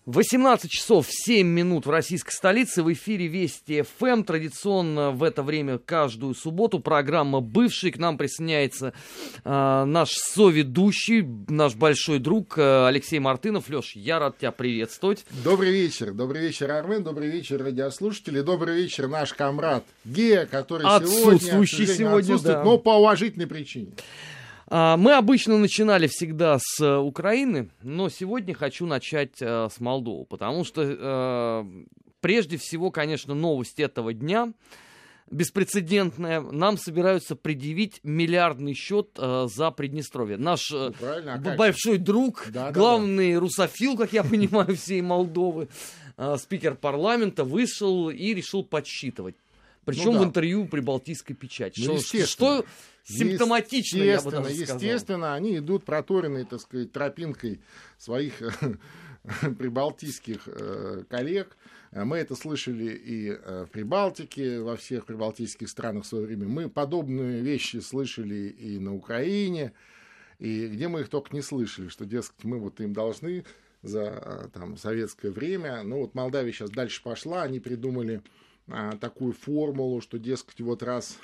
18 часов 7 минут в российской столице. В эфире Вести ФМ. Традиционно в это время каждую субботу программа «Бывший». К нам присоединяется наш соведущий, наш большой друг Алексей Мартынов. Леш, я рад тебя приветствовать. Добрый вечер, Армен. Добрый вечер, радиослушатели. Добрый вечер, наш комрад Гея, который сегодня отсутствует, да. но по уважительной причине. Мы обычно начинали всегда с Украины, но сегодня хочу начать с Молдовы, потому что прежде всего, конечно, новость этого дня беспрецедентная. Нам собираются предъявить миллиардный счет за Приднестровье. Наш большой друг, главный русофил, как я понимаю, всей Молдовы, спикер парламента, вышел и решил подсчитывать. Причем в интервью при Балтийской печати. Что симптоматично, я бы даже сказал. Естественно, они идут проторенной, так сказать, тропинкой своих прибалтийских коллег. Мы это слышали и в Прибалтике, во всех прибалтийских странах в свое время. Мы подобные вещи слышали и на Украине, и где мы их только не слышали, что, дескать, мы вот им должны за советское время. Ну вот Молдавия сейчас дальше пошла, они придумали такую формулу, что, дескать, вот раз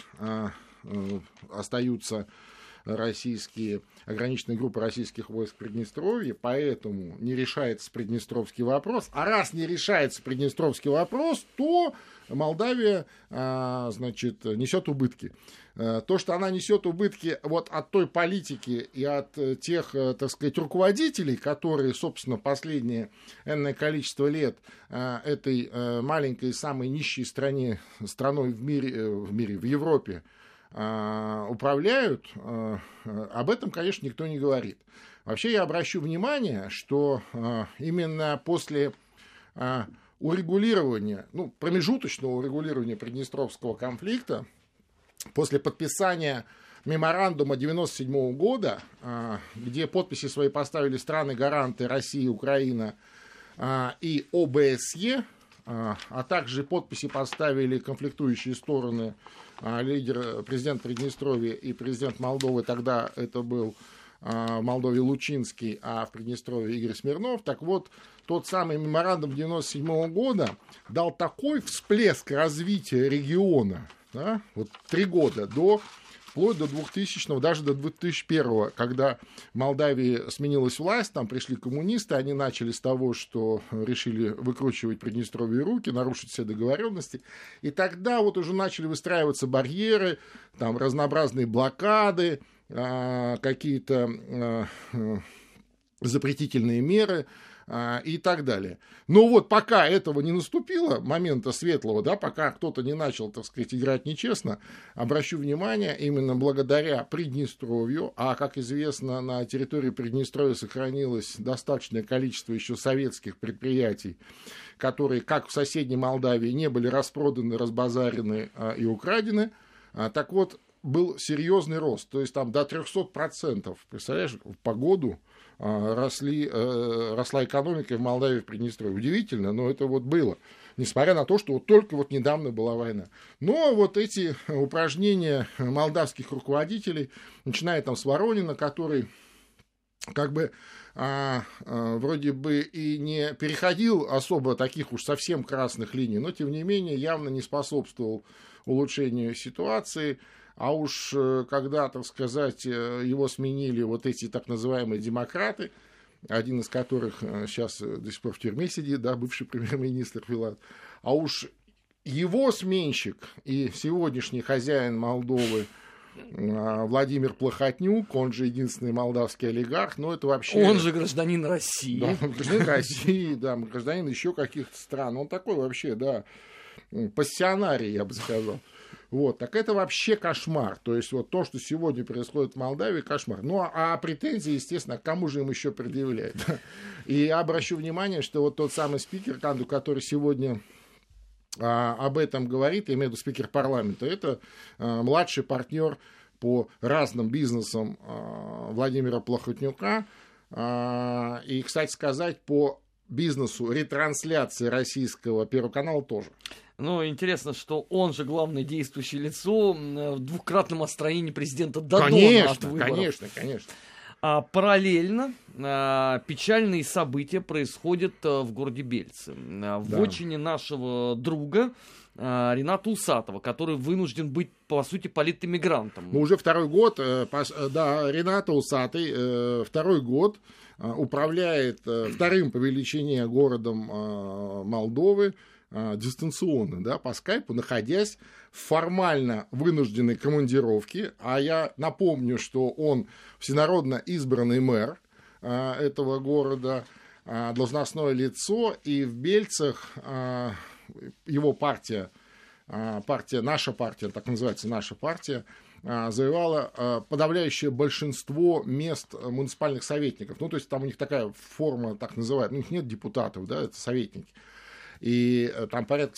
остаются российские, ограниченные группы российских войск в Приднестровье, поэтому не решается Приднестровский вопрос. А раз не решается Приднестровский вопрос, то Молдавия, значит, несет убытки. То, что она несет убытки вот от той политики и от тех, так сказать, руководителей, которые, собственно, последнее энное количество лет этой маленькой, самой нищей страной в мире, в Европе, управляют, об этом, конечно, никто не говорит. Вообще я обращу внимание, что именно после урегулирования, промежуточного урегулирования Приднестровского конфликта, после подписания меморандума 1997 года, где подписи свои поставили страны-гаранты Россия, Украина и ОБСЕ, а также подписи поставили конфликтующие стороны, президент Приднестровья и президент Молдовы, тогда это был в Молдове Лучинский, а в Приднестровье Игорь Смирнов. Так вот, тот самый меморандум 1997 года дал такой всплеск развития региона, да, вот 3 года, вплоть до 2000-го, даже до 2001-го, когда в Молдавии сменилась власть, там пришли коммунисты, они начали с того, что решили выкручивать Приднестровье руки, нарушить все договоренности, и тогда вот уже начали выстраиваться барьеры, там разнообразные блокады, какие-то запретительные меры и так далее. Но вот пока этого не наступило, момента светлого, да, пока кто-то не начал, так сказать, играть нечестно, обращу внимание, именно благодаря Приднестровью, а, как известно, на территории Приднестровья сохранилось достаточное количество еще советских предприятий, которые, как в соседней Молдавии, не были распроданы, разбазарены и украдены. Так вот, был серьезный рост, то есть там до 300%, представляешь, по году росла экономика в Молдавии, в Приднестровье. Удивительно, но это вот было, несмотря на то, что вот только вот недавно была война. Но вот эти упражнения молдавских руководителей, начиная там с Воронина, который как бы вроде бы и не переходил особо таких уж совсем красных линий, но тем не менее явно не способствовал улучшению ситуации. А уж когда, так сказать, его сменили вот эти так называемые демократы, один из которых сейчас до сих пор в тюрьме сидит, да, бывший премьер-министр Филат, а уж его сменщик и сегодняшний хозяин Молдовы Владимир Плохотнюк, он же единственный молдавский олигарх, но это вообще... Он же гражданин России. Да, гражданин России, да, гражданин еще каких-то стран. Он такой вообще, да, пассионарий, я бы сказал. Вот, так это вообще кошмар. То есть, вот то, что сегодня происходит в Молдавии, кошмар. Ну, а претензии, естественно, к кому же им еще предъявлять? И я обращу внимание, что вот тот самый спикер, который сегодня об этом говорит, я имею в виду спикер парламента, это младший партнер по разным бизнесам Владимира Плохотнюка. И, кстати сказать, по бизнесу ретрансляции российского Первого канала тоже. Ну, интересно, что он же главное действующее лицо в двукратном отстранении президента Додона от выборов. Конечно. Параллельно печальные события происходят в городе Бельцы. В вотчине нашего друга Рената Усатова, который вынужден быть, по сути, политэмигрантом. Ну, уже второй год, Рената Усатый второй год управляет вторым по величине городом Молдовы дистанционно, да, по скайпу, находясь в формально вынужденной командировке. А я напомню, что он всенародно избранный мэр этого города, должностное лицо, и в Бельцах его партия, наша партия, так называется, наша партия, завоевала подавляющее большинство мест муниципальных советников. Ну, то есть там у них такая форма, так называемая, у них нет депутатов, да, это советники. И там порядка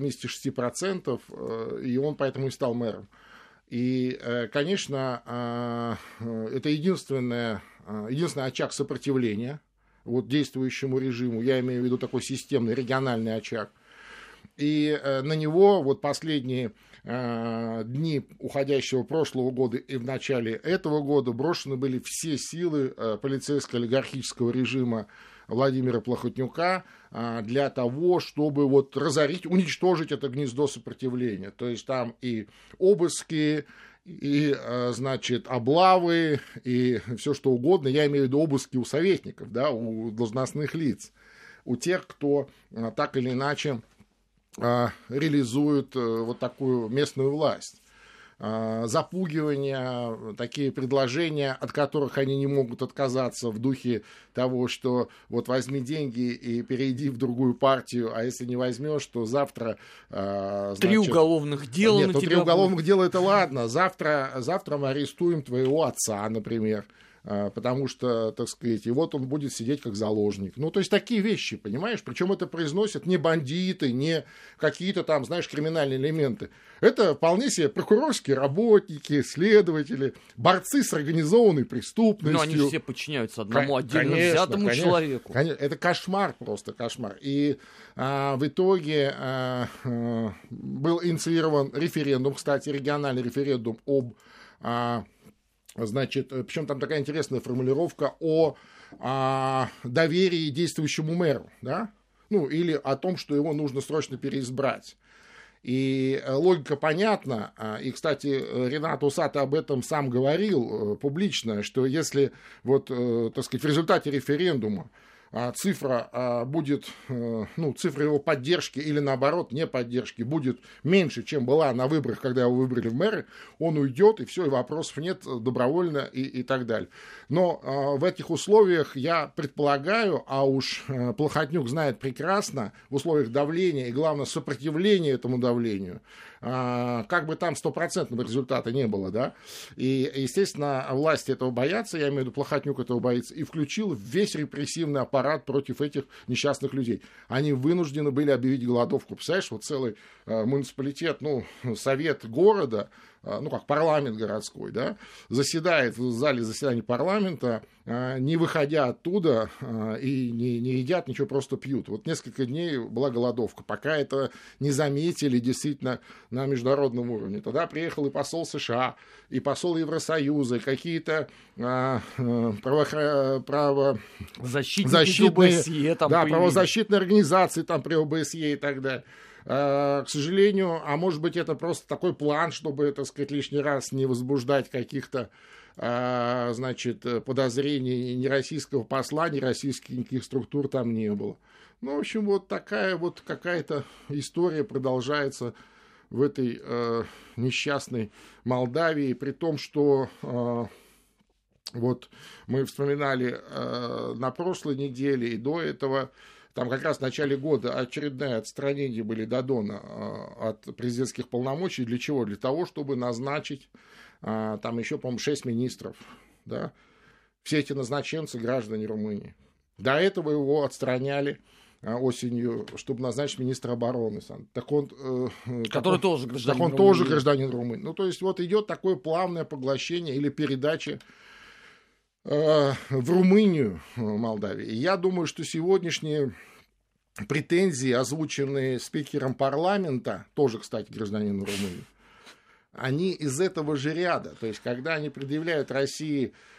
76%, и он поэтому и стал мэром. И, конечно, это единственный очаг сопротивления вот действующему режиму, я имею в виду такой системный региональный очаг. И на него вот последние дни уходящего прошлого года и в начале этого года брошены были все силы полицейско-олигархического режима Владимира Плохотнюка для того, чтобы вот разорить, уничтожить это гнездо сопротивления. То есть там и обыски, и, значит, облавы, и все что угодно. Я имею в виду обыски у советников, да, у должностных лиц, у тех, кто так или иначе реализует вот такую местную власть. Запугивания, такие предложения, от которых они не могут отказаться в духе того, что вот возьми деньги и перейди в другую партию, а если не возьмешь, то завтра... значит, 3 уголовных дела нет, на ну, тебя 3 уголовных дела это ладно, завтра мы арестуем твоего отца, например, потому что, так сказать, и вот он будет сидеть как заложник. Ну, то есть такие вещи, понимаешь? Причем это произносят не бандиты, не какие-то там, знаешь, криминальные элементы. Это вполне себе прокурорские работники, следователи, борцы с организованной преступностью. Но они все подчиняются одному отдельно взятому человеку. Конечно, это кошмар, просто кошмар. И в итоге был инициирован референдум, кстати, региональный референдум об... Значит, причем там такая интересная формулировка о доверии действующему мэру, да? Ну, или о том, что его нужно срочно переизбрать. И логика понятна. И, кстати, Ренат Усатый об этом сам говорил публично, что если вот, так сказать, в результате референдума цифра будет, ну, цифра его поддержки или, наоборот, не поддержки будет меньше, чем была на выборах, когда его выбрали в мэры, он уйдет, и все, и вопросов нет, добровольно и так далее. Но в этих условиях я предполагаю, а уж Плохотнюк знает прекрасно, в условиях давления и, главное, сопротивления этому давлению, как бы там стопроцентного результата не было, да, и, естественно, власти этого боятся, я имею в виду, Плохотнюк этого боится, и включил весь репрессивный аппарат против этих несчастных людей. Они вынуждены были объявить голодовку. Представляешь, вот целый муниципалитет, ну, совет города, ну, как парламент городской, да, заседает в зале заседаний парламента, не выходя оттуда и не едят ничего, просто пьют. Вот несколько дней была голодовка, пока это не заметили действительно на международном уровне. Тогда приехал и посол США, и посол Евросоюза, и какие-то защитники ОБСЕ, там, да, правозащитные организации там при ОБСЕ и так далее. К сожалению, а может быть, это просто такой план, чтобы, так сказать, лишний раз не возбуждать каких-то, значит, подозрений ни российского посла, ни российских никаких структур там не было. Ну, в общем, вот такая вот какая-то история продолжается в этой несчастной Молдавии, при том, что вот мы вспоминали на прошлой неделе и до этого, там как раз в начале года очередное отстранение были Додона от президентских полномочий. Для чего? Для того, чтобы назначить там еще, по-моему, 6 министров. Да? Все эти назначенцы граждане Румынии. До этого его отстраняли осенью, чтобы назначить министра обороны. Так он, который тоже гражданин Румынии. Тоже гражданин Румынии. Ну, то есть вот идет такое плавное поглощение или передача в Румынию Молдавии. И я думаю, что сегодняшние претензии, озвученные спикером парламента, тоже, кстати, гражданин Румынии, они из этого же ряда. То есть, когда они предъявляют России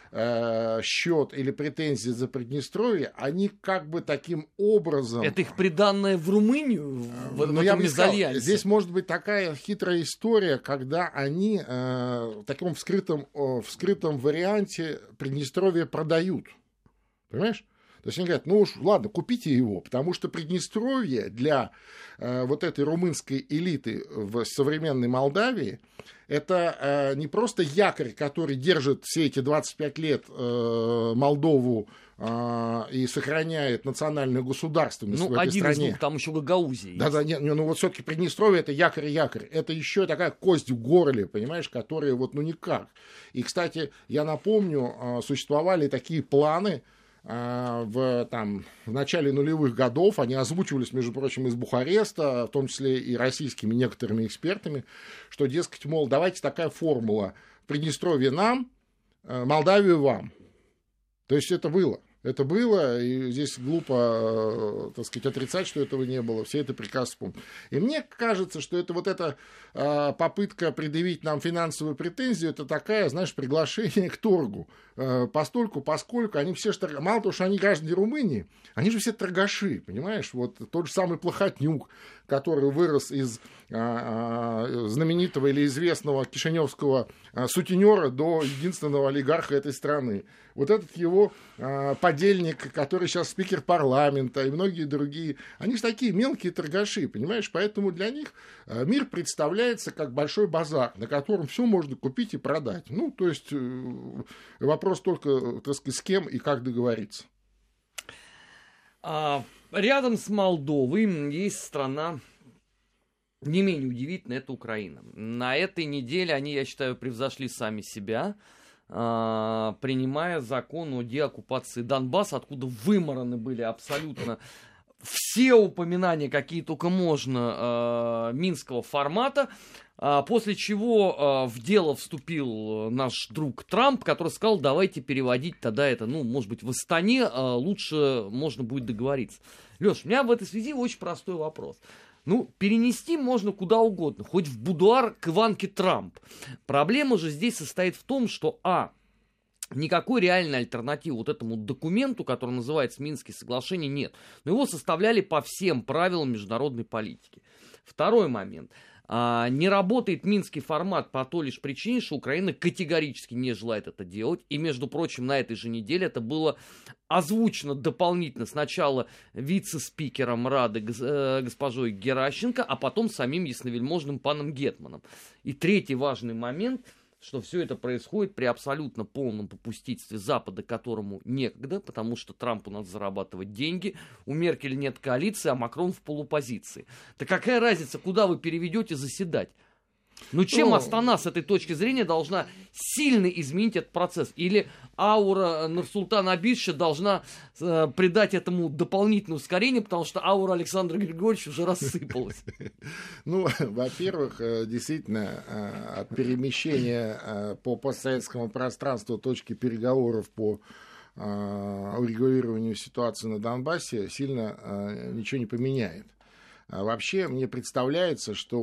счет или претензии за Приднестровье, они как бы таким образом... Это их приданное в Румынию, в этом мезальянсе? Здесь может быть такая хитрая история, когда они в таком вскрытом варианте Приднестровье продают. Понимаешь? То есть они говорят, ну уж ладно, купите его, потому что Приднестровье для вот этой румынской элиты в современной Молдавии это не просто якорь, который держит все эти 25 лет Молдову и сохраняет национальную государственность в этой стране. Из двух, там еще Гагаузия есть. Да, нет, ну вот все-таки Приднестровье это якорь. Это еще такая кость в горле, понимаешь, которая вот ну никак. И, кстати, я напомню, существовали такие планы, в начале нулевых годов, они озвучивались, между прочим, из Бухареста, в том числе и российскими некоторыми экспертами, что, дескать, мол, давайте такая формула: Приднестровье нам, Молдавию вам. То есть это было. Это было, и здесь глупо, так сказать, отрицать, что этого не было. Все это прекрасно помнят. И мне кажется, что это вот эта попытка предъявить нам финансовую претензию, это такая, знаешь, приглашение к торгу. Поскольку они все, мало того, что они граждане Румынии, они же все торгаши, понимаешь? Вот тот же самый Плохотнюк, который вырос из знаменитого или известного кишиневского сутенера до единственного олигарха этой страны. Вот этот его подельник, который сейчас спикер парламента, и многие другие, они же такие мелкие торгаши, понимаешь? Поэтому для них мир представляется как большой базар, на котором все можно купить и продать. Ну, то есть вопрос только, так сказать, с кем и как договориться. Рядом с Молдовой есть страна не менее удивительная, это Украина. На этой неделе они, я считаю, превзошли сами себя, принимая закон о деоккупации Донбасса, откуда вымораны были абсолютно все упоминания, какие только можно, минского формата, после чего в дело вступил наш друг Трамп, который сказал, давайте переводить тогда это, может быть, в Астане, лучше можно будет договориться. Леш, у меня в этой связи очень простой вопрос. Перенести можно куда угодно, хоть в будуар к Иванке Трамп. Проблема же здесь состоит в том, что, никакой реальной альтернативы вот этому документу, который называется Минские соглашения, нет. Но его составляли по всем правилам международной политики. Второй момент. Не работает минский формат по той лишь причине, что Украина категорически не желает это делать. И, между прочим, на этой же неделе это было озвучено дополнительно сначала вице-спикером Рады госпожой Геращенко, а потом самим ясновельможным паном Гетманом. И третий важный момент, что все это происходит при абсолютно полном попустительстве Запада, которому некогда, потому что Трампу надо зарабатывать деньги, у Меркель нет коалиции, а Макрон в полупозиции. Да какая разница, куда вы переведете заседать? Чем Астана с этой точки зрения должна сильно изменить этот процесс? Или аура Нурсултана Абишевича должна придать этому дополнительное ускорение, потому что аура Александра Григорьевича уже рассыпалась? Во-первых, действительно, от перемещения по постсоветскому пространству точки переговоров по урегулированию ситуации на Донбассе сильно ничего не поменяет. Вообще, мне представляется, что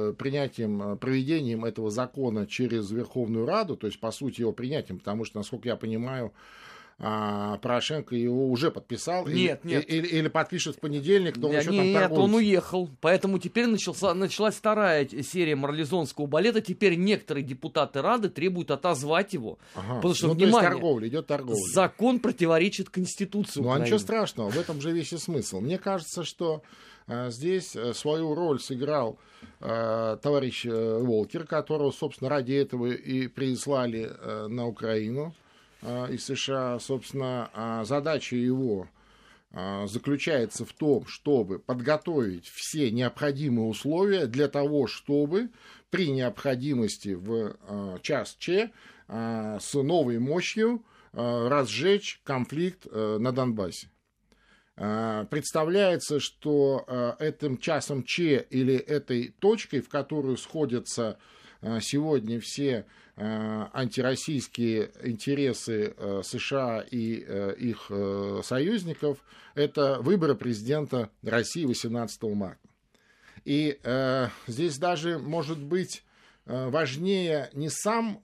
проведением этого закона через Верховную Раду, то есть, по сути, его принятием, потому что, насколько я понимаю, Порошенко его уже подписал. Нет. Или подпишет в понедельник, но он еще там торгуется. Нет, он уехал. Поэтому теперь началась вторая серия марлезонского балета. Теперь некоторые депутаты Рады требуют отозвать его. Потому что, внимание, идет торговля. Закон противоречит Конституции Украины. Ничего страшного, в этом же весь и смысл. Мне кажется, что здесь свою роль сыграл товарищ Волкер, которого, собственно, ради этого и прислали на Украину из США. Собственно, задача его заключается в том, чтобы подготовить все необходимые условия для того, чтобы при необходимости в час Ч с новой мощью разжечь конфликт на Донбассе. Представляется, что этим часом Ч или этой точкой, в которую сходятся сегодня все антироссийские интересы США и их союзников, это выборы президента России 18 марта. И здесь даже, может быть, важнее не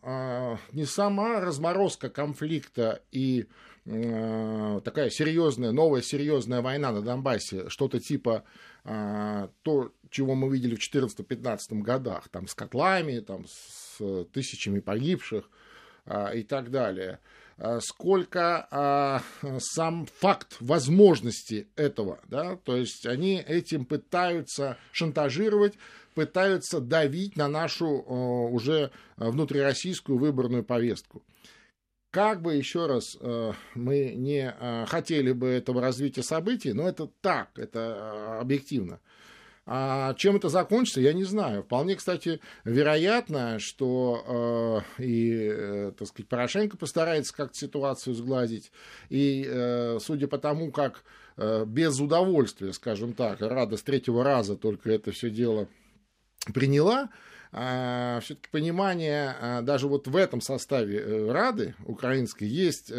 сама разморозка конфликта и такая серьезная, новая серьезная война на Донбассе, что-то типа то, чего мы видели в 2014-2015 годах, там, с котлами, там, с тысячами погибших и так далее, сколько сам факт возможности этого, да, то есть они этим пытаются шантажировать, пытаются давить на нашу уже внутрироссийскую выборную повестку. Как бы, еще раз, мы не хотели бы этого развития событий, но это так, это объективно. А чем это закончится, я не знаю. Вполне, кстати, вероятно, что так сказать, Порошенко постарается как-то ситуацию сгладить. И судя по тому, как без удовольствия, скажем так, Рада с третьего раза только это все дело приняла, все-таки понимание даже вот в этом составе Рады украинской есть,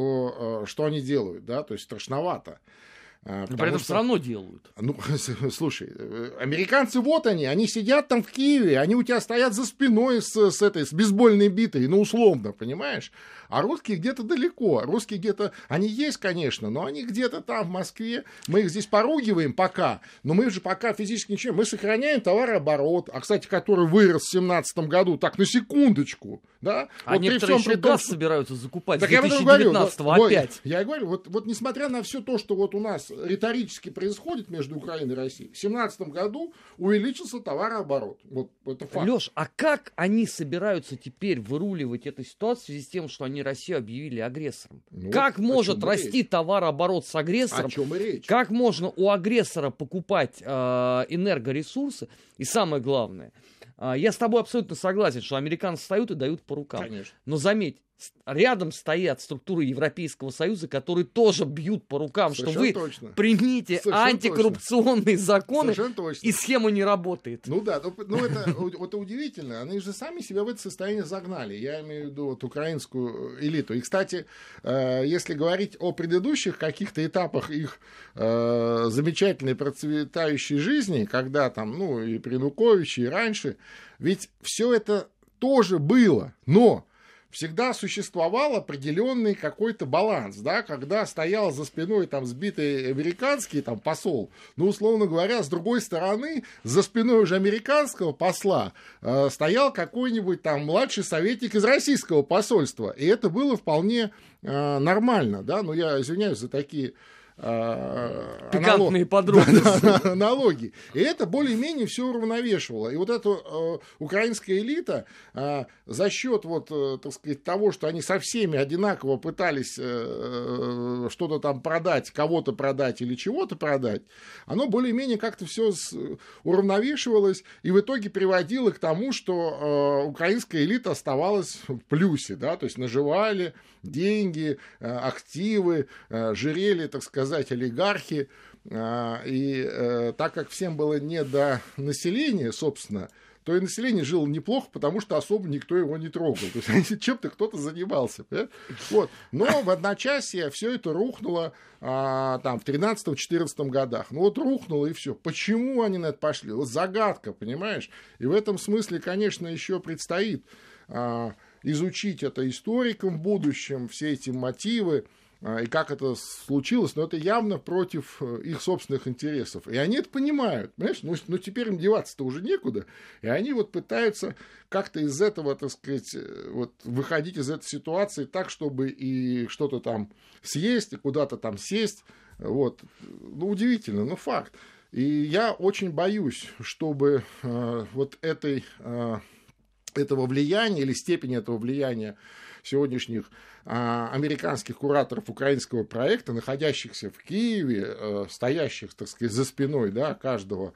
что они делают, да, то есть страшновато. Но при этом все равно делают. Ну, слушай, американцы вот они сидят там в Киеве, они у тебя стоят за спиной с бейсбольной битой, ну, условно, понимаешь? А русские где-то далеко, русские где-то, они есть, конечно, но они где-то там, в Москве, мы их здесь поругиваем пока, но мы же пока физически ничего, мы сохраняем товарооборот, кстати, который вырос в 2017 году, так, на секундочку, да? А вот некоторые еще газ собираются закупать так с 2019-го опять. Я говорю, вот несмотря на все то, что вот у нас риторически происходит между Украиной и Россией, в 2017 году увеличился товарооборот. Вот это факт. Лёш, а как они собираются теперь выруливать эту ситуацию в связи с тем, что они Россию объявили агрессором? Ну, как может расти товарооборот с агрессором? О чем и речь? Как можно у агрессора покупать энергоресурсы? И самое главное, я с тобой абсолютно согласен, что американцы встают и дают по рукам. Конечно. Но заметь, рядом стоят структуры Европейского Союза, которые тоже бьют по рукам, совершенно что вы точно. примите антикоррупционные законы, и схема не работает. Ну да, ну это удивительно. Они же сами себя в это состояние загнали. Я имею в виду вот украинскую элиту. И, кстати, если говорить о предыдущих каких-то этапах их замечательной процветающей жизни, когда там, ну, и при Януковиче, и раньше, ведь все это тоже было, но всегда существовал определенный какой-то баланс, да, когда стоял за спиной там сбитый американский там посол, ну, условно говоря, с другой стороны, за спиной уже американского посла стоял какой-нибудь там младший советник из российского посольства, и это было вполне нормально, да, но я извиняюсь за такие пикантные подробности. Аналогии. И это более-менее все уравновешивало. И вот эта украинская элита за счет вот, так сказать, того, что они со всеми одинаково пытались что-то там продать, кого-то продать или чего-то продать, оно более-менее как-то все уравновешивалось и в итоге приводило к тому, что украинская элита оставалась в плюсе, да, то есть наживали деньги, активы, жирели, так сказать, олигархи, и так как всем было не до населения, собственно, то и население жило неплохо, потому что особо никто его не трогал. То есть чем-то кто-то занимался. Вот. Но в одночасье все это рухнуло там, в 13-14 годах. Ну вот рухнуло и все. Почему они на это пошли? Вот загадка, понимаешь? И в этом смысле, конечно, еще предстоит изучить это историкам в будущем, все эти мотивы, и как это случилось, но это явно против их собственных интересов. И они это понимают, понимаешь? Ну теперь им деваться-то уже некуда. И они вот пытаются как-то из этого, так сказать, вот выходить из этой ситуации так, чтобы и что-то там съесть, и куда-то там сесть. Вот. Ну, удивительно, но факт. И я очень боюсь, чтобы вот этого влияния или степени этого влияния сегодняшних американских кураторов украинского проекта, находящихся в Киеве, стоящих, так сказать, за спиной, да, каждого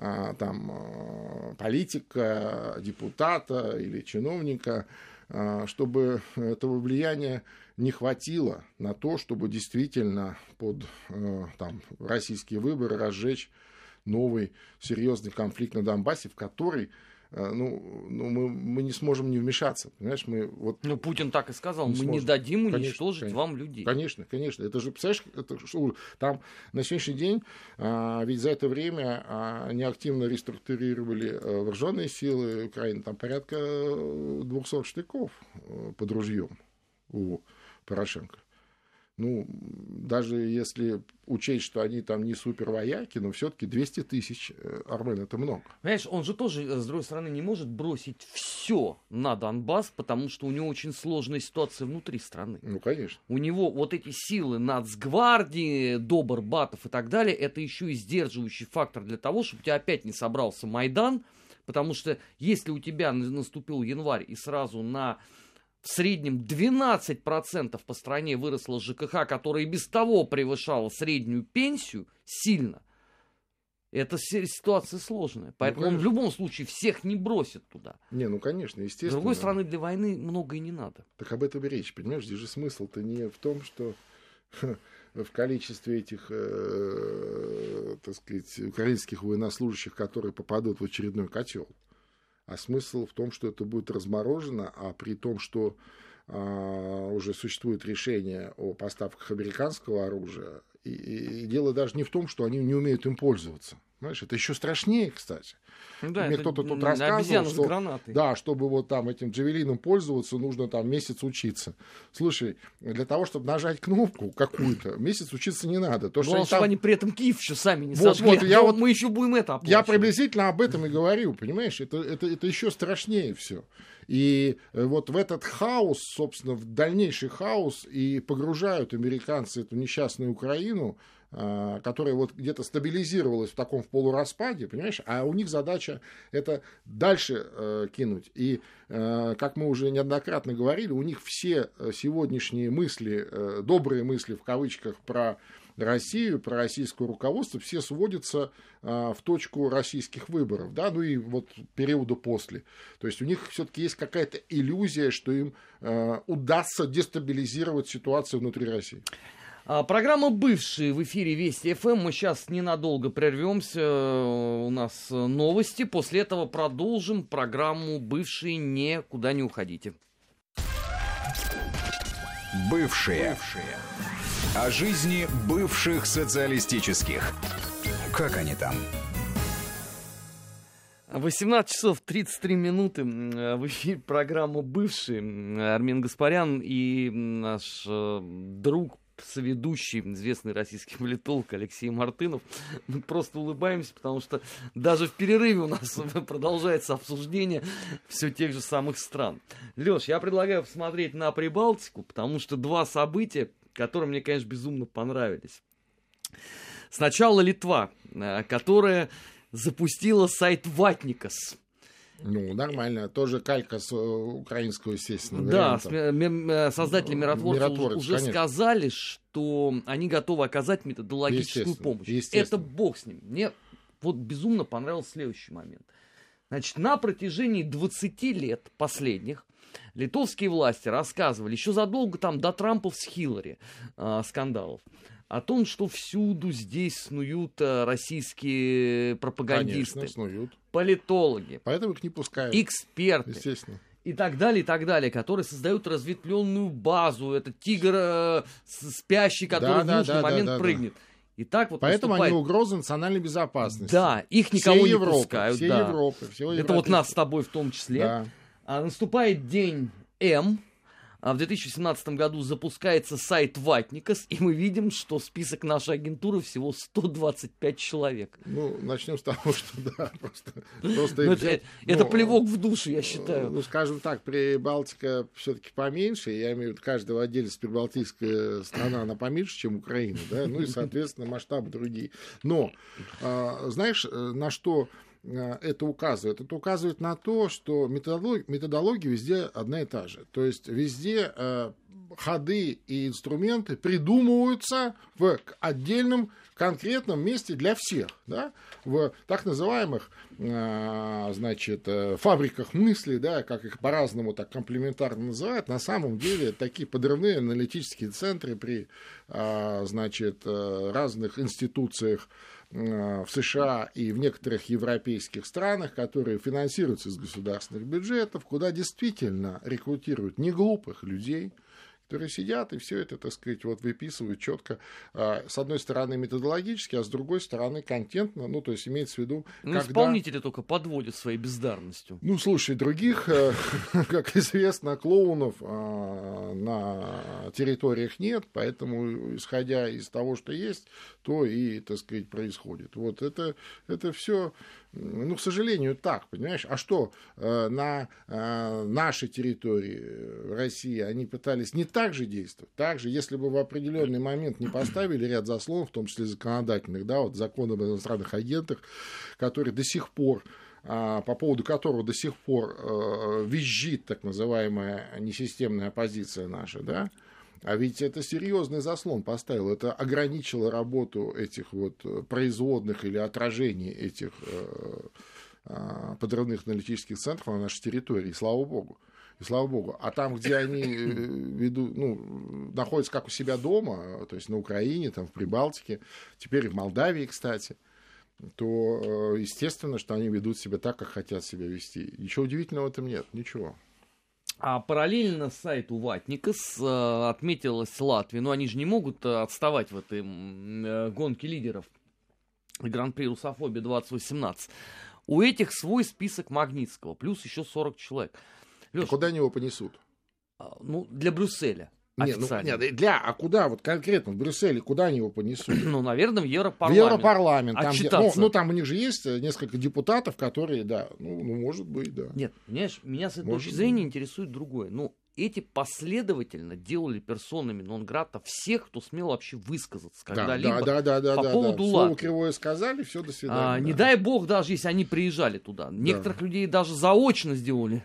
там политика, депутата или чиновника, чтобы этого влияния не хватило на то, чтобы действительно под там, российские выборы разжечь новый серьезный конфликт на Донбассе, в который мы не сможем не вмешаться, понимаешь, Ну, Путин так и сказал, мы не дадим уничтожить вам людей. Конечно, это же, представляешь, там на сегодняшний день, ведь за это время они активно реструктурировали вооруженные силы Украины, там порядка 200 штыков под ружьем у Порошенко. Ну, даже если учесть, что они там не супервояки, но все-таки 200 тысяч армян — это много. Понимаешь, он же тоже, с другой стороны, не может бросить все на Донбасс, потому что у него очень сложная ситуация внутри страны. Ну, конечно. У него вот эти силы Нацгвардии, Добрбатов и так далее, это еще и сдерживающий фактор для того, чтобы у тебя опять не собрался Майдан, потому что если у тебя наступил январь и сразу в среднем 12% по стране выросло ЖКХ, которое и без того превышало среднюю пенсию сильно. Это ситуация сложная. Поэтому он в любом случае всех не бросит туда. Ну, конечно, естественно. С другой стороны, для войны многое не надо. Так об этом и речь, понимаешь? Здесь же смысл-то не в том, что в количестве этих, так сказать, украинских военнослужащих, которые попадут в очередной котел. А смысл в том, что это будет разморожено, а при том, что уже существует решение о поставках американского оружия, и дело даже не в том, что они не умеют им пользоваться. Знаешь, это еще страшнее, кстати. Да, мне кто-то тут рассказывал, что, гранатой. Да, чтобы вот там этим джавелином пользоваться, нужно там месяц учиться. Слушай, для того, чтобы нажать кнопку какую-то, месяц учиться не надо. То, чтобы там... они при этом Киев еще сами не сожгли. Мы еще будем это оплачивать. Я приблизительно об этом и говорю, понимаешь? Это еще страшнее все. И вот в этот хаос, собственно, в дальнейший хаос и погружают американцы эту несчастную Украину, которая вот где-то стабилизировалась в таком полураспаде, понимаешь, а у них задача это дальше кинуть. И, как мы уже неоднократно говорили, у них все сегодняшние мысли, добрые мысли в кавычках про Россию, про российское руководство, все сводятся в точку российских выборов, да, ну и вот периода после. То есть у них все-таки есть какая-то иллюзия, что им удастся дестабилизировать ситуацию внутри России. Программа «Бывшие» в эфире Вести ФМ. Мы сейчас ненадолго прервемся. У нас новости. После этого продолжим программу «Бывшие». Никуда не уходите. Бывшие. О жизни бывших социалистических. Как они там? 18 часов 33 минуты. В эфире программа «Бывшие». Армен Гаспарян и наш друг, соведущий, известный российский политолог Алексей Мартынов. Мы просто улыбаемся, потому что даже в перерыве у нас продолжается обсуждение все тех же самых стран. Леш, я предлагаю посмотреть на Прибалтику, потому что два события, которые мне, конечно, безумно понравились. Сначала Литва, которая запустила сайт Ватникас. Ну, нормально. Тоже калька с украинского, естественно. Да, создатели миротворцев уже конечно. Сказали, что они готовы оказать методологическую помощь. Это бог с ним. Мне вот безумно понравился следующий момент. Значит, на протяжении 20 лет последних литовские власти рассказывали, еще задолго там до Трампа с Хиллари скандалов, о том, что всюду здесь снуют российские пропагандисты. Конечно, снуют. Политологи. Поэтому их не пускают. Эксперты. Естественно. И так далее, которые создают разветвленную базу. Это тигр спящий, который в нужный момент прыгнет. И так вот поэтому наступает... они угроза национальной безопасности. Да, их никого не пускают. Все Европы. Это вот нас с тобой в том числе. Да. Наступает день М. В 2017 году запускается сайт Ватникас, и мы видим, что список нашей агентуры всего 125 человек. Ну, начнем с того, что да, просто это плевок в душу, я считаю. Ну, скажем так, Прибалтика все-таки поменьше, я имею в виду, каждого отдельно прибалтийская страна, она поменьше, чем Украина, да, ну и, соответственно, масштабы другие. Но, знаешь, на что это указывает? Это указывает на то, что методология везде одна и та же. То есть везде ходы и инструменты придумываются в отдельном конкретном месте для всех, да, в так называемых, значит, фабриках мысли, да, как их по-разному так комплементарно называют, на самом деле такие подрывные аналитические центры при, значит, разных институциях в США и в некоторых европейских странах, которые финансируются из государственных бюджетов, куда действительно рекрутируют неглупых людей, которые сидят и все это, так сказать, вот выписывают четко, с одной стороны методологически, а с другой стороны контентно, ну, то есть имеется в виду... Ну, когда... исполнители только подводят своей бездарностью. Ну, слушай, других, как известно, клоунов на территориях нет, поэтому, исходя из того, что есть, то и, так сказать, происходит. Вот это все... Ну, к сожалению, так, понимаешь? А что, на нашей территории России они пытались не так же действовать? Так же, если бы в определенный момент не поставили ряд заслонов, в том числе законодательных, да, вот закон об иностранных агентах, который до сих пор, по поводу которого до сих пор визжит так называемая несистемная оппозиция наша, да, а ведь это серьезный заслон поставил, это ограничило работу этих вот производных или отражений этих подрывных аналитических центров на нашей территории, слава богу. И слава богу. А там, где они ведут, ну, находятся как у себя дома, то есть на Украине, там, в Прибалтике, теперь и в Молдавии, кстати, то естественно, что они ведут себя так, как хотят себя вести. Ничего удивительного в этом нет, ничего. А параллельно сайту Ватникас отметилась Латвия. Но они же не могут отставать в этой гонке лидеров Гран-при Русофобия 2018. У этих свой список Магнитского, плюс еще 40 человек. Лёш, а куда они его понесут? Ну, для Брюсселя. А куда вот конкретно в Брюсселе, куда они его понесут? Ну, наверное, в Европарламент. В Европарламент. Там, там у них же есть несколько депутатов, которые, да, ну может быть, да. Нет, понимаешь, меня с этой точки зрения интересует другое. Ну, эти последовательно делали персонами нон-грата всех, кто смел вообще высказаться когда-либо по поводу Латвии. Слово кривое сказали, все, до свидания. Не дай бог, даже если они приезжали туда. Некоторых людей даже заочно сделали.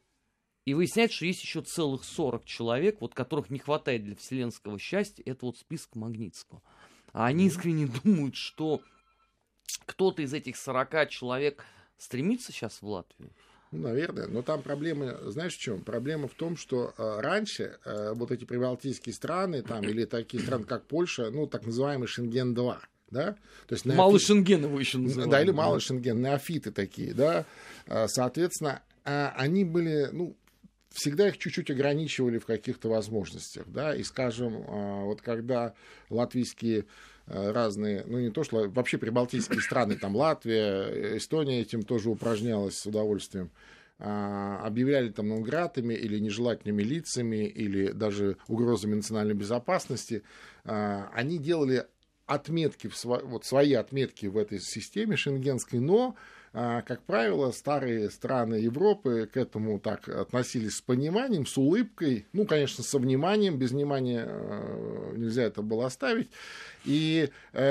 И выясняется, что есть еще целых 40 человек, вот которых не хватает для вселенского счастья, это вот список Магнитского. А они искренне думают, что кто-то из этих 40 человек стремится сейчас в Латвию. Ну, наверное, но там проблема, знаешь в чем? Проблема в том, что раньше вот эти прибалтийские страны, там, или такие страны, как Польша, ну, так называемый Шенген-2, да? То есть Малый Шенген его еще называют. Да, или Малый Шенген, неофиты такие, да? Соответственно, они были, ну, всегда их чуть-чуть ограничивали в каких-то возможностях, да, и, скажем, вот когда латвийские разные, ну не то, что вообще прибалтийские страны, там Латвия, Эстония этим тоже упражнялась с удовольствием, объявляли там нон-гратами или нежелательными лицами, или даже угрозами национальной безопасности, они делали отметки, вот свои отметки в этой системе шенгенской, но как правило, старые страны Европы к этому так относились с пониманием, с улыбкой, ну, конечно, со вниманием, без внимания нельзя это было оставить. И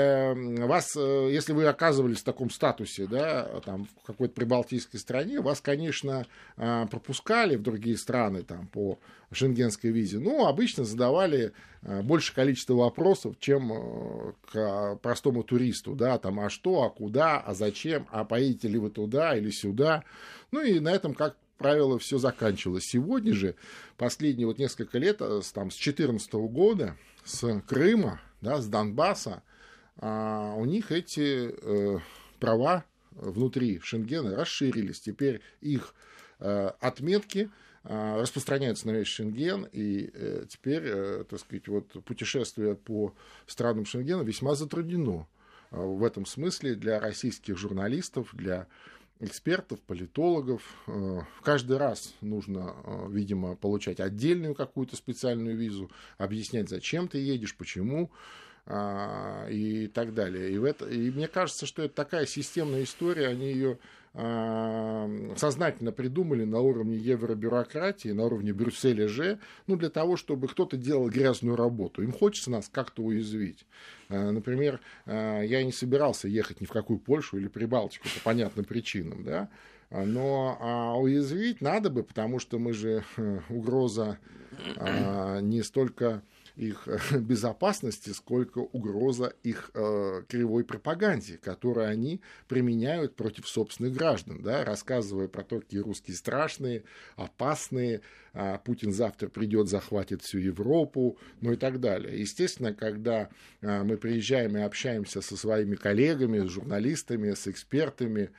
вас, если вы оказывались в таком статусе, да, там, в какой-то прибалтийской стране, вас, конечно, пропускали в другие страны там, по шенгенской визе, но обычно задавали большее количество вопросов, чем к простому туристу, да, там, а что, а куда, а зачем, а поедете ли вы туда или сюда, ну и на этом, как правило, все заканчивалось. Сегодня же, последние вот несколько лет, там, с 2014 года, с Крыма, да, с Донбасса, у них эти права внутри Шенгена расширились. Теперь их отметки распространяются на весь Шенген, и теперь, так сказать, вот путешествие по странам Шенгена весьма затруднено. В этом смысле для российских журналистов, для экспертов, политологов. Каждый раз нужно, видимо, получать отдельную какую-то специальную визу, объяснять, зачем ты едешь, почему и так далее. И мне кажется, что это такая системная история, они ее сознательно придумали на уровне евробюрократии, на уровне Брюсселя же, ну, для того, чтобы кто-то делал грязную работу. Им хочется нас как-то уязвить. Например, я не собирался ехать ни в какую Польшу или Прибалтику по понятным причинам, да, но уязвить надо бы, потому что мы же угроза не столько их безопасности, сколько угроза их кривой пропаганде, которую они применяют против собственных граждан, да, рассказывая про то, какие русские страшные, опасные, Путин завтра придет, захватит всю Европу, ну и так далее. Естественно, когда мы приезжаем и общаемся со своими коллегами, с журналистами, с экспертами,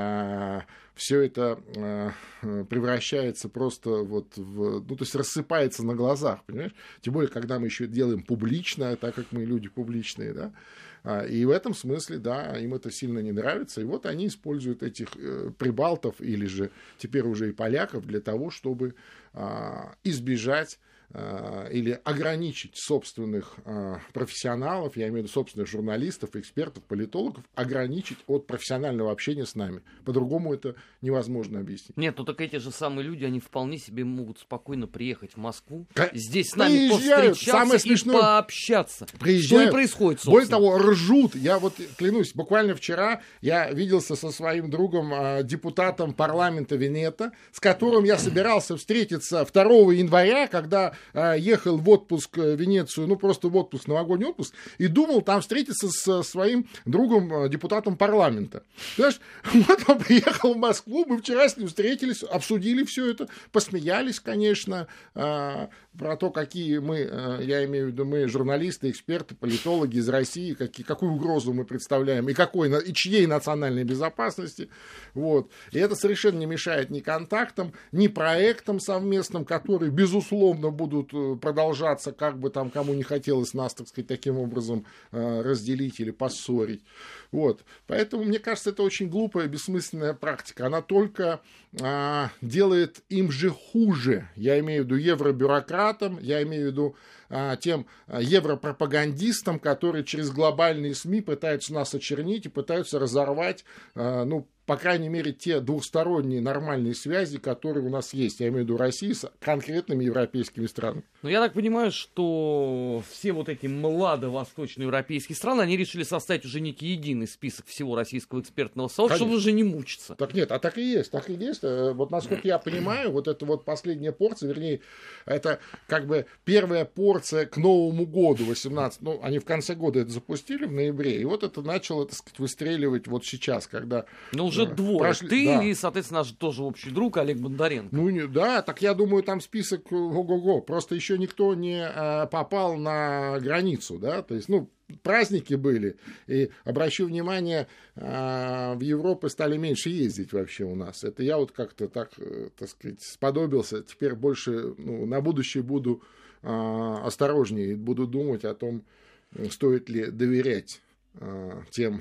все это превращается просто вот в... Ну, то есть рассыпается на глазах, понимаешь? Тем более, когда мы еще делаем публично, так как мы люди публичные, да? И в этом смысле, да, им это сильно не нравится. И вот они используют этих прибалтов или же теперь уже и поляков для того, чтобы избежать или ограничить собственных профессионалов, я имею в виду собственных журналистов, экспертов, политологов, ограничить от профессионального общения с нами. По-другому это невозможно объяснить. Нет, ну так эти же самые люди, они вполне себе могут спокойно приехать в Москву, здесь с нами повстречаться и пообщаться. Приезжают. Что и происходит, собственно. Более того, ржут. Я вот клянусь, буквально вчера я виделся со своим другом, депутатом парламента Венето, с которым я собирался встретиться 2 января, когда ехал в отпуск в Венецию, ну просто в отпуск, новогодний отпуск, и думал там встретиться со своим другом, депутатом парламента. Знаешь, вот он приехал в Москву, мы вчера с ним встретились, обсудили все это, посмеялись, конечно, про то, какие мы, я имею в виду, мы журналисты, эксперты, политологи из России, какую угрозу мы представляем, и чьей национальной безопасности. Вот. И это совершенно не мешает ни контактам, ни проектам совместным, которые, безусловно, будут продолжаться, как бы там кому не хотелось нас, так сказать, таким образом разделить или поссорить. Вот. Поэтому, мне кажется, это очень глупая, бессмысленная практика. Она только делает им же хуже. Я имею в виду евробюрократам, я имею в виду тем европропагандистам, которые через глобальные СМИ пытаются нас очернить и пытаются разорвать, ну, по крайней мере, те двухсторонние нормальные связи, которые у нас есть. Я имею в виду Россию с конкретными европейскими странами. Ну, я так понимаю, что все вот эти младо-восточноевропейские страны, они решили составить уже некий единый список всего российского экспертного сообщества, чтобы уже не мучиться. Так нет, так и есть, так и есть. Вот насколько я понимаю, вот эта вот последняя порция, вернее, это как бы первая порция к Новому году, 18, ну, они в конце года это запустили в ноябре, и вот это начало, так сказать, выстреливать вот сейчас, когда... Ну, уже двое. Ты да. И, соответственно, наш тоже общий друг Олег Бондаренко. Ну, да, так я думаю, там список ого-го. Просто еще никто не попал на границу, да, то есть, ну, праздники были, и обращу внимание, в Европу стали меньше ездить вообще у нас. Это я вот как-то так сказать, сподобился. Теперь больше, ну, на будущее буду осторожнее, буду думать о том, стоит ли доверять тем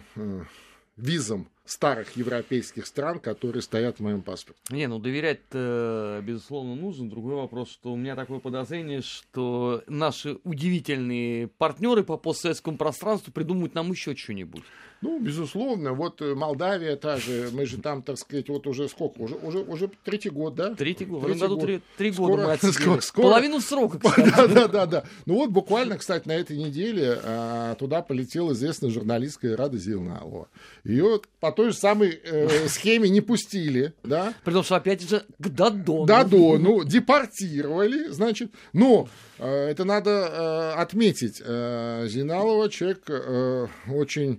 визам старых европейских стран, которые стоят в моем паспорте. Не, ну доверять-то, безусловно, нужно. Другой вопрос, что у меня такое подозрение, что наши удивительные партнеры по постсоветскому пространству придумают нам еще что-нибудь. Ну, безусловно, вот Молдавия та же, мы же там, так сказать, вот уже сколько? Уже 3-й год, да? 3-й год. В этом году 3 года мы отсидели. Половину срока, кстати. Да. Ну вот буквально, кстати, на этой неделе туда полетела известная журналистка Рада Зейналова. Ее по той же самой схеме не пустили, да? Потому что, опять же, к Додону. Додону депортировали, значит. Но это надо отметить. Зейналова человек очень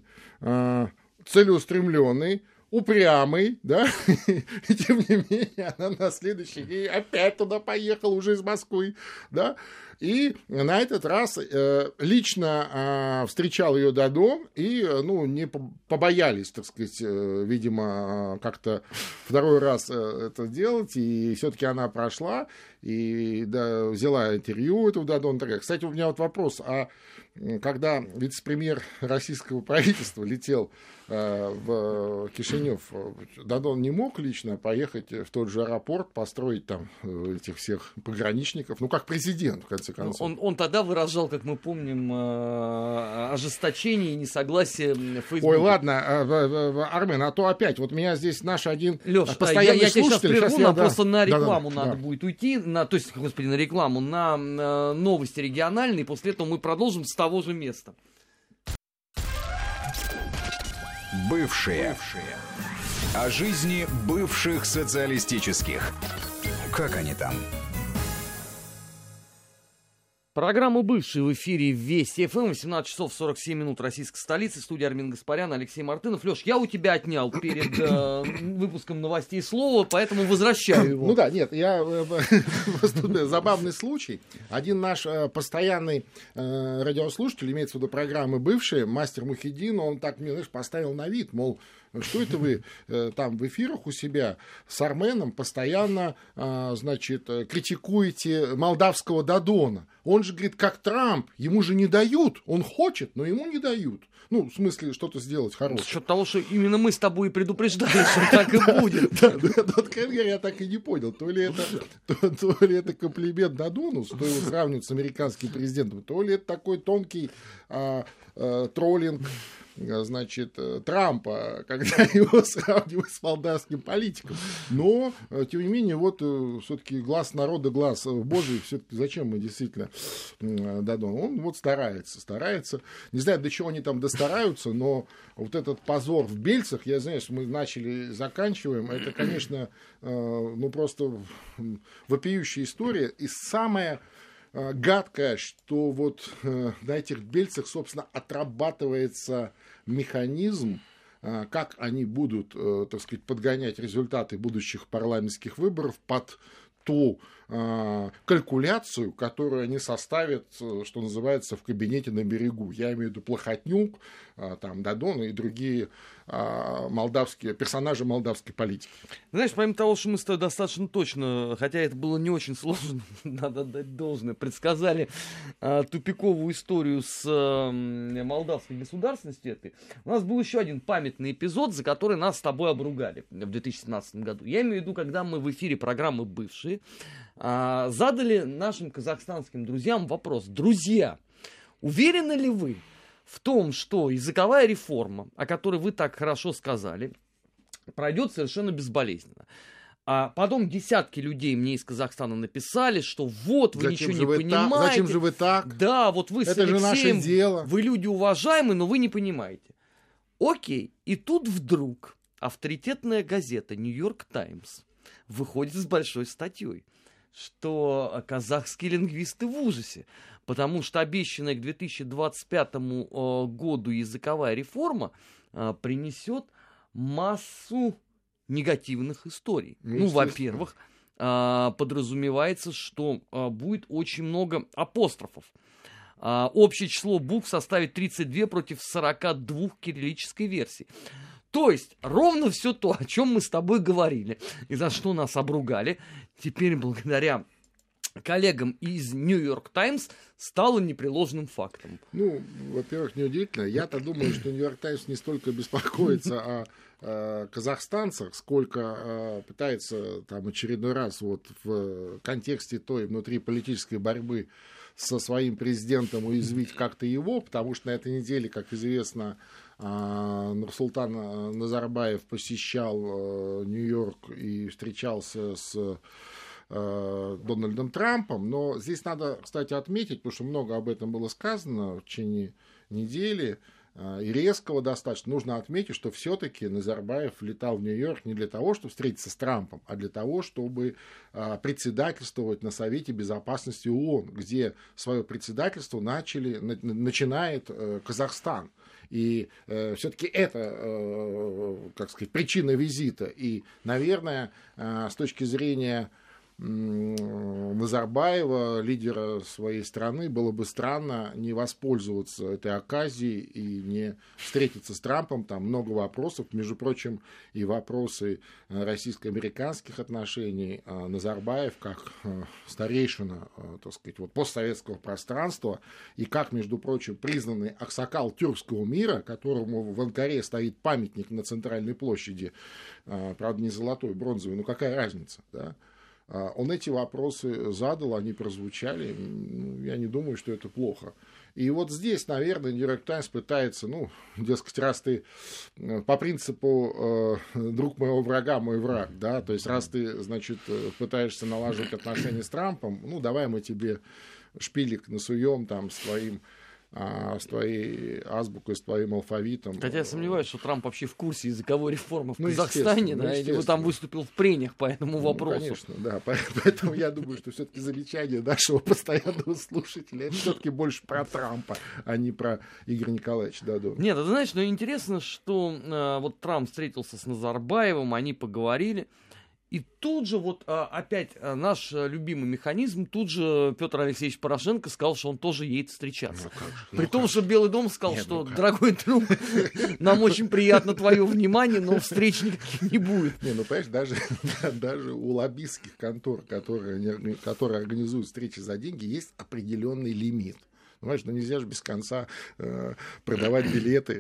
целеустремленный, упрямый, да, и тем не менее она на следующий день опять туда поехала уже из Москвы, да, и на этот раз лично встречал ее Додон, и, ну, не побоялись, так сказать, видимо, как-то второй раз это делать, и все-таки она прошла, и да, взяла интервью этого Додона. Кстати, у меня вот вопрос, а когда вице-премьер российского правительства летел в Кишинев, Додон не мог лично поехать в тот же аэропорт, построить там этих всех пограничников, ну, как президент, в конце концов. Он тогда выражал, как мы помним, ожесточение и несогласие в Фейсбуке. Ой, ладно, Армен, а то опять, вот меня здесь наш один Лёш, постоянный я слушатель... Сейчас прерву, нам просто на рекламу надо будет уйти, то есть, господи, на рекламу, на новости региональные, после этого мы продолжим с того же места. Бывшие. О жизни бывших социалистических. Как они там? Программа «Бывшие» в эфире Вести ФМ, 18 часов 47 минут российской столицы, студия Армин Гаспарян, Алексей Мартынов. Леш, я у тебя отнял перед выпуском новостей слово, поэтому возвращаю его. Ну да, нет, забавный случай. Один наш постоянный радиослушатель, имеется в виду программы «Бывшие», мастер Мухиддин, он так мне, знаешь, поставил на вид, мол, что это вы там в эфирах у себя с Арменом постоянно, значит, критикуете молдавского Додона? Он же, говорит, как Трамп, ему же не дают, он хочет, но ему не дают. Ну, в смысле, что-то сделать хорошее. С учетом того, что именно мы с тобой и предупреждали, что так и будет. Откровенно говоря, я так и не понял, то ли это комплимент Додону, что его сравнивают с американским президентом, то ли это такой тонкий троллинг, значит, Трампа, когда его сравнивают с молдавским политиком. Но, тем не менее, вот все-таки глаз народа, глаз Божий, все-таки зачем мы действительно Додон? Он вот старается. Не знаю, до чего они там достараются, но вот этот позор в Бельцах, я знаю, что мы начали, заканчиваем, это, конечно, ну просто вопиющая история. И самое гадкое, что вот на этих Бельцах, собственно, отрабатывается механизм, как они будут, так сказать, подгонять результаты будущих парламентских выборов под ту калькуляцию, которую они составят, что называется, в кабинете на берегу. Я имею в виду Плохотнюк, там, Додон и другие персонажи молдавской политики. Знаешь, помимо того, что мы с тобой достаточно точно, хотя это было не очень сложно, надо отдать должное, предсказали тупиковую историю с молдавской государственностью этой, у нас был еще один памятный эпизод, за который нас с тобой обругали в 2017 году. Я имею в виду, когда мы в эфире программы «Бывшие» задали нашим казахстанским друзьям вопрос. Друзья, уверены ли вы в том, что языковая реформа, о которой вы так хорошо сказали, пройдет совершенно безболезненно? А потом десятки людей мне из Казахстана написали, что вот, вы ничего не понимаете. Зачем же вы так? Да, вот вы с Алексеем, это же наше дело. Вы люди уважаемые, но вы не понимаете. Окей, и тут вдруг авторитетная газета «Нью-Йорк Таймс» выходит с большой статьей, что казахские лингвисты в ужасе, потому что обещанная к 2025 году языковая реформа принесет массу негативных историй. Ну, во-первых, подразумевается, что будет очень много апострофов. Общее число букв составит 32 против 42 кириллической версии. То есть, ровно все то, о чем мы с тобой говорили, и за что нас обругали, теперь благодаря коллегам из Нью-Йорк Таймс стало непреложным фактом. Ну, во-первых, неудивительно. Я-то думаю, что Нью-Йорк Таймс не столько беспокоится о казахстанцах, сколько пытается там очередной раз вот в контексте той внутриполитической борьбы со своим президентом уязвить как-то его, потому что на этой неделе, как известно, Нурсултан Назарбаев посещал Нью-Йорк и встречался с Дональдом Трампом. Но здесь надо, кстати, отметить, потому что много об этом было сказано в течение недели, и резкого достаточно, нужно отметить, что все-таки Назарбаев летал в Нью-Йорк не для того, чтобы встретиться с Трампом, а для того, чтобы председательствовать на Совете Безопасности ООН, где свое председательство начинает Казахстан. И все-таки это, как сказать, причина визита. И, наверное, с точки зрения Назарбаева, лидера своей страны, было бы странно не воспользоваться этой оказией и не встретиться с Трампом. Там много вопросов, между прочим, и вопросы российско-американских отношений. Назарбаев как старейшина, так сказать, вот постсоветского пространства и как, между прочим, признанный аксакал тюркского мира, которому в Анкаре стоит памятник на центральной площади, правда, не золотой, бронзовый, но какая разница, да? Он эти вопросы задал, они прозвучали. Я не думаю, что это плохо. И вот здесь, наверное, Нью-Йорк Таймс пытается, ну, дескать, раз ты по принципу друг моего врага, мой враг, да, то есть раз ты, значит, пытаешься налаживать отношения с Трампом, ну, давай мы тебе шпилек насуем там с твоим с твоей азбукой, с твоим алфавитом. Хотя я сомневаюсь, что Трамп вообще в курсе языковой реформы в Ну, Казахстане, естественно, да, или вы там выступил в прениях по этому вопросу. Конечно, да. Поэтому я думаю, что все-таки замечание нашего постоянного слушателя это все-таки больше про Трампа, а не про Игоря Николаевича Додона. Нет, ты знаешь, но интересно, что вот Трамп встретился с Назарбаевым, они поговорили. И тут же вот опять наш любимый механизм, тут же Петр Алексеевич Порошенко сказал, что он тоже едет встречаться. При том, что Белый дом сказал, что, дорогой друг, нам очень приятно твое внимание, но встреч никаких не будет. Не, ну, понимаешь, даже у лоббистских контор, которые организуют встречи за деньги, есть определенный лимит. Понимаешь, ну нельзя же без конца продавать билеты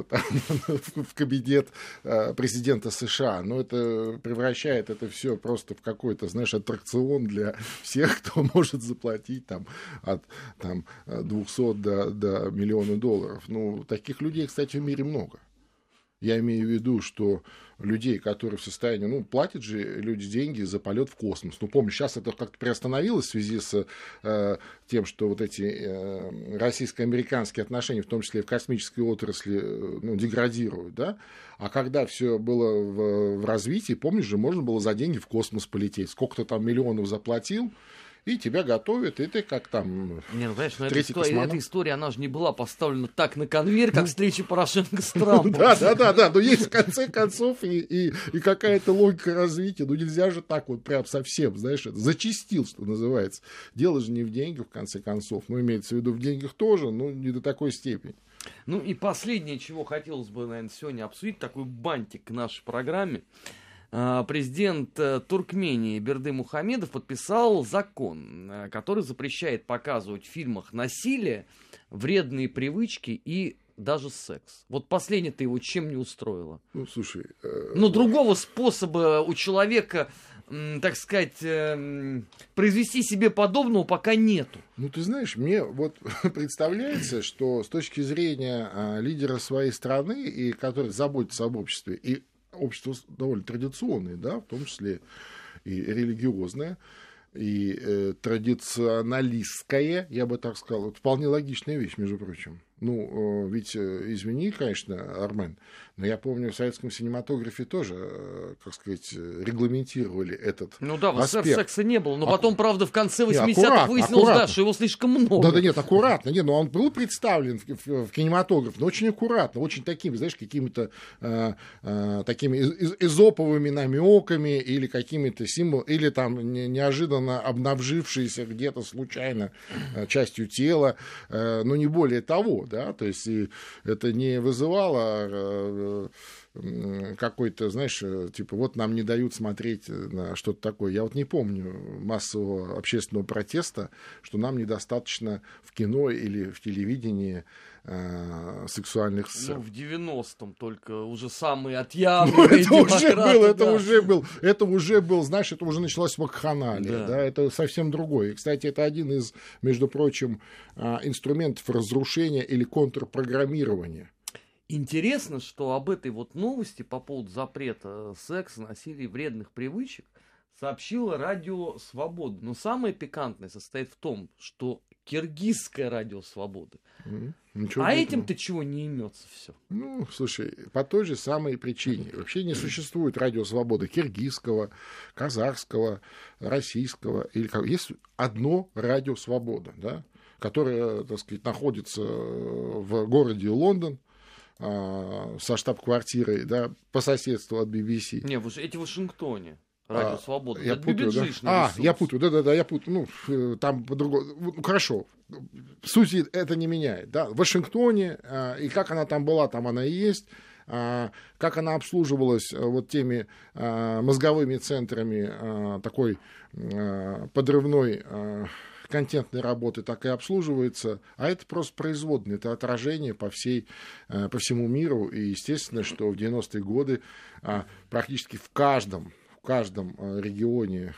в кабинет президента США. Ну, это превращает это все просто в какой-то, знаешь, аттракцион для всех, кто может заплатить там, от 200 до миллиона долларов. Ну, таких людей, кстати, в мире много. Я имею в виду, что людей, которые в состоянии... Ну, платят же люди деньги за полет в космос. Ну, помню, сейчас это как-то приостановилось в связи с тем, что вот эти российско-американские отношения, в том числе и в космической отрасли, ну, деградируют, да? А когда все было в развитии, помнишь же, можно было за деньги в космос полететь. Сколько-то там миллионов заплатил, и тебя готовят, и ты как там... Не, ну, конечно, эта история, она же не была поставлена так на конвейер, как встреча Порошенко с Трампом. Да, но есть в конце концов и какая-то логика развития. Ну, нельзя же так вот прям совсем, знаешь, зачастил, что называется. Дело же не в деньгах, в конце концов. Ну, имеется в виду в деньгах тоже, но не до такой степени. Ну, и последнее, чего хотелось бы, наверное, сегодня обсудить, такой бантик к нашей программе. Президент Туркмении Бердымухамедов подписал закон, который запрещает показывать в фильмах насилие, вредные привычки и даже секс. Вот последнее-то его чем не устроило? Ну, слушай... Но другого способа у человека, так сказать, произвести себе подобного пока нету. Ну, ты знаешь, мне вот представляется, что с точки зрения лидера своей страны, и который заботится об обществе, и общество довольно традиционное, да, в том числе и религиозное, и традиционалистское, я бы так сказал. Вот вполне логичная вещь, между прочим. Ну, ведь, извини, конечно, Армен, но я помню, в советском кинематографе тоже, как сказать, регламентировали этот Ну да, в СССР аспект. секса не было, но потом, правда, в конце 80-х аккуратно, выяснилось, аккуратно. да, что его слишком много. Да, нет, аккуратно. Нет, но он был представлен в кинематограф, но очень аккуратно, очень такими, знаешь, какими-то такими эзоповыми намеками или какими-то символами, или там неожиданно обнажившиеся где-то случайно частью тела, но не более того, да, то есть это не вызывало какой-то, знаешь, типа, вот нам не дают смотреть на что-то такое. Я вот не помню массового общественного протеста, что нам недостаточно в кино или в телевидении сексуальных сцен. Ну, в 90-м только уже самые отъявленные это уже был, знаешь, это уже началось вакханалия, да, это совсем другое. И, кстати, это один из, между прочим, инструментов разрушения или контрпрограммирования. Интересно, что об этой вот новости по поводу запрета секса, насилия и вредных привычек сообщило радио «Свобода». Но самое пикантное состоит в том, что киргизское радио «Свобода». Этим-то чего не имется все? Ну, слушай, по той же самой причине. Вообще не существует радио «Свобода» киргизского, казахского, российского. Есть одно радио «Свобода», да, которое, так сказать, находится в городе Лондон, со штаб-квартирой, да, по соседству от BBC. Не, эти в Вашингтоне. Радио «Свобода». Я путаю, да? Я путаю, да, я путаю. Ну, там по-другому. Ну, хорошо. В сути, это не меняет. Да? В Вашингтоне, и как она там была, там она и есть. Как она обслуживалась вот теми мозговыми центрами такой подрывной контентной работы, так и обслуживается, а это просто производное, это отражение по всему миру, и естественно, что в 90-е годы практически в каждом регионе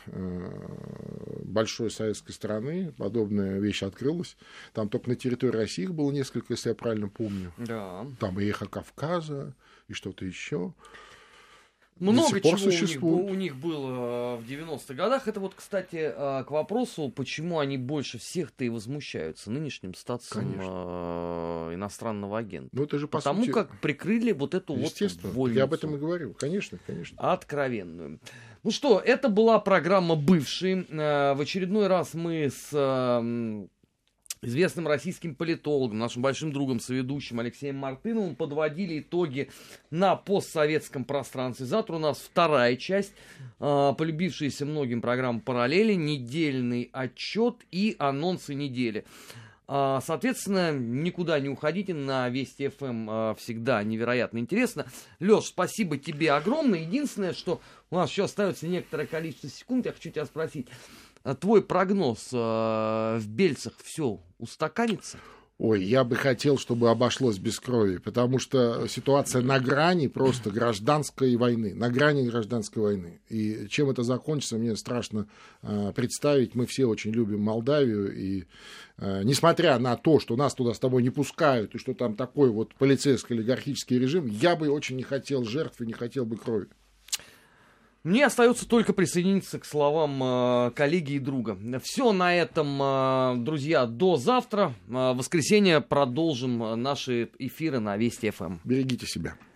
большой советской страны подобная вещь открылась. Там только на территории России их было несколько, если я правильно помню. Да. Там и «Эхо Кавказа», и что-то еще. Много пор чего существует. у них было в 90-х годах. Это вот, кстати, к вопросу, почему они больше всех-то и возмущаются нынешним статусом иностранного агента. Ну, это же, по Потому сути, как прикрыли вот эту вот естественно. вольницу. Я об этом и говорю. Конечно, конечно. Откровенную. Ну что, это была программа «Бывшие». В очередной раз мы с известным российским политологом, нашим большим другом, соведущим Алексеем Мартыновым подводили итоги на постсоветском пространстве. Завтра у нас вторая часть, полюбившаяся многим программа «Параллели», недельный отчет и анонсы недели. Соответственно, никуда не уходите, на Вести ФМ всегда невероятно интересно. Леш, спасибо тебе огромное. Единственное, что у нас еще остается некоторое количество секунд, я хочу тебя спросить. Твой прогноз, в Бельцах все устаканится? Ой, я бы хотел, чтобы обошлось без крови, потому что ситуация на грани просто гражданской войны, на грани гражданской войны. И чем это закончится, мне страшно представить. Мы все очень любим Молдавию, и несмотря на то, что нас туда с тобой не пускают, и что там такой вот полицейско-олигархический режим, я бы очень не хотел жертв и не хотел бы крови. Мне остается только присоединиться к словам коллеги и друга. Все на этом, друзья, до завтра. В воскресенье продолжим наши эфиры на Вести ФМ. Берегите себя.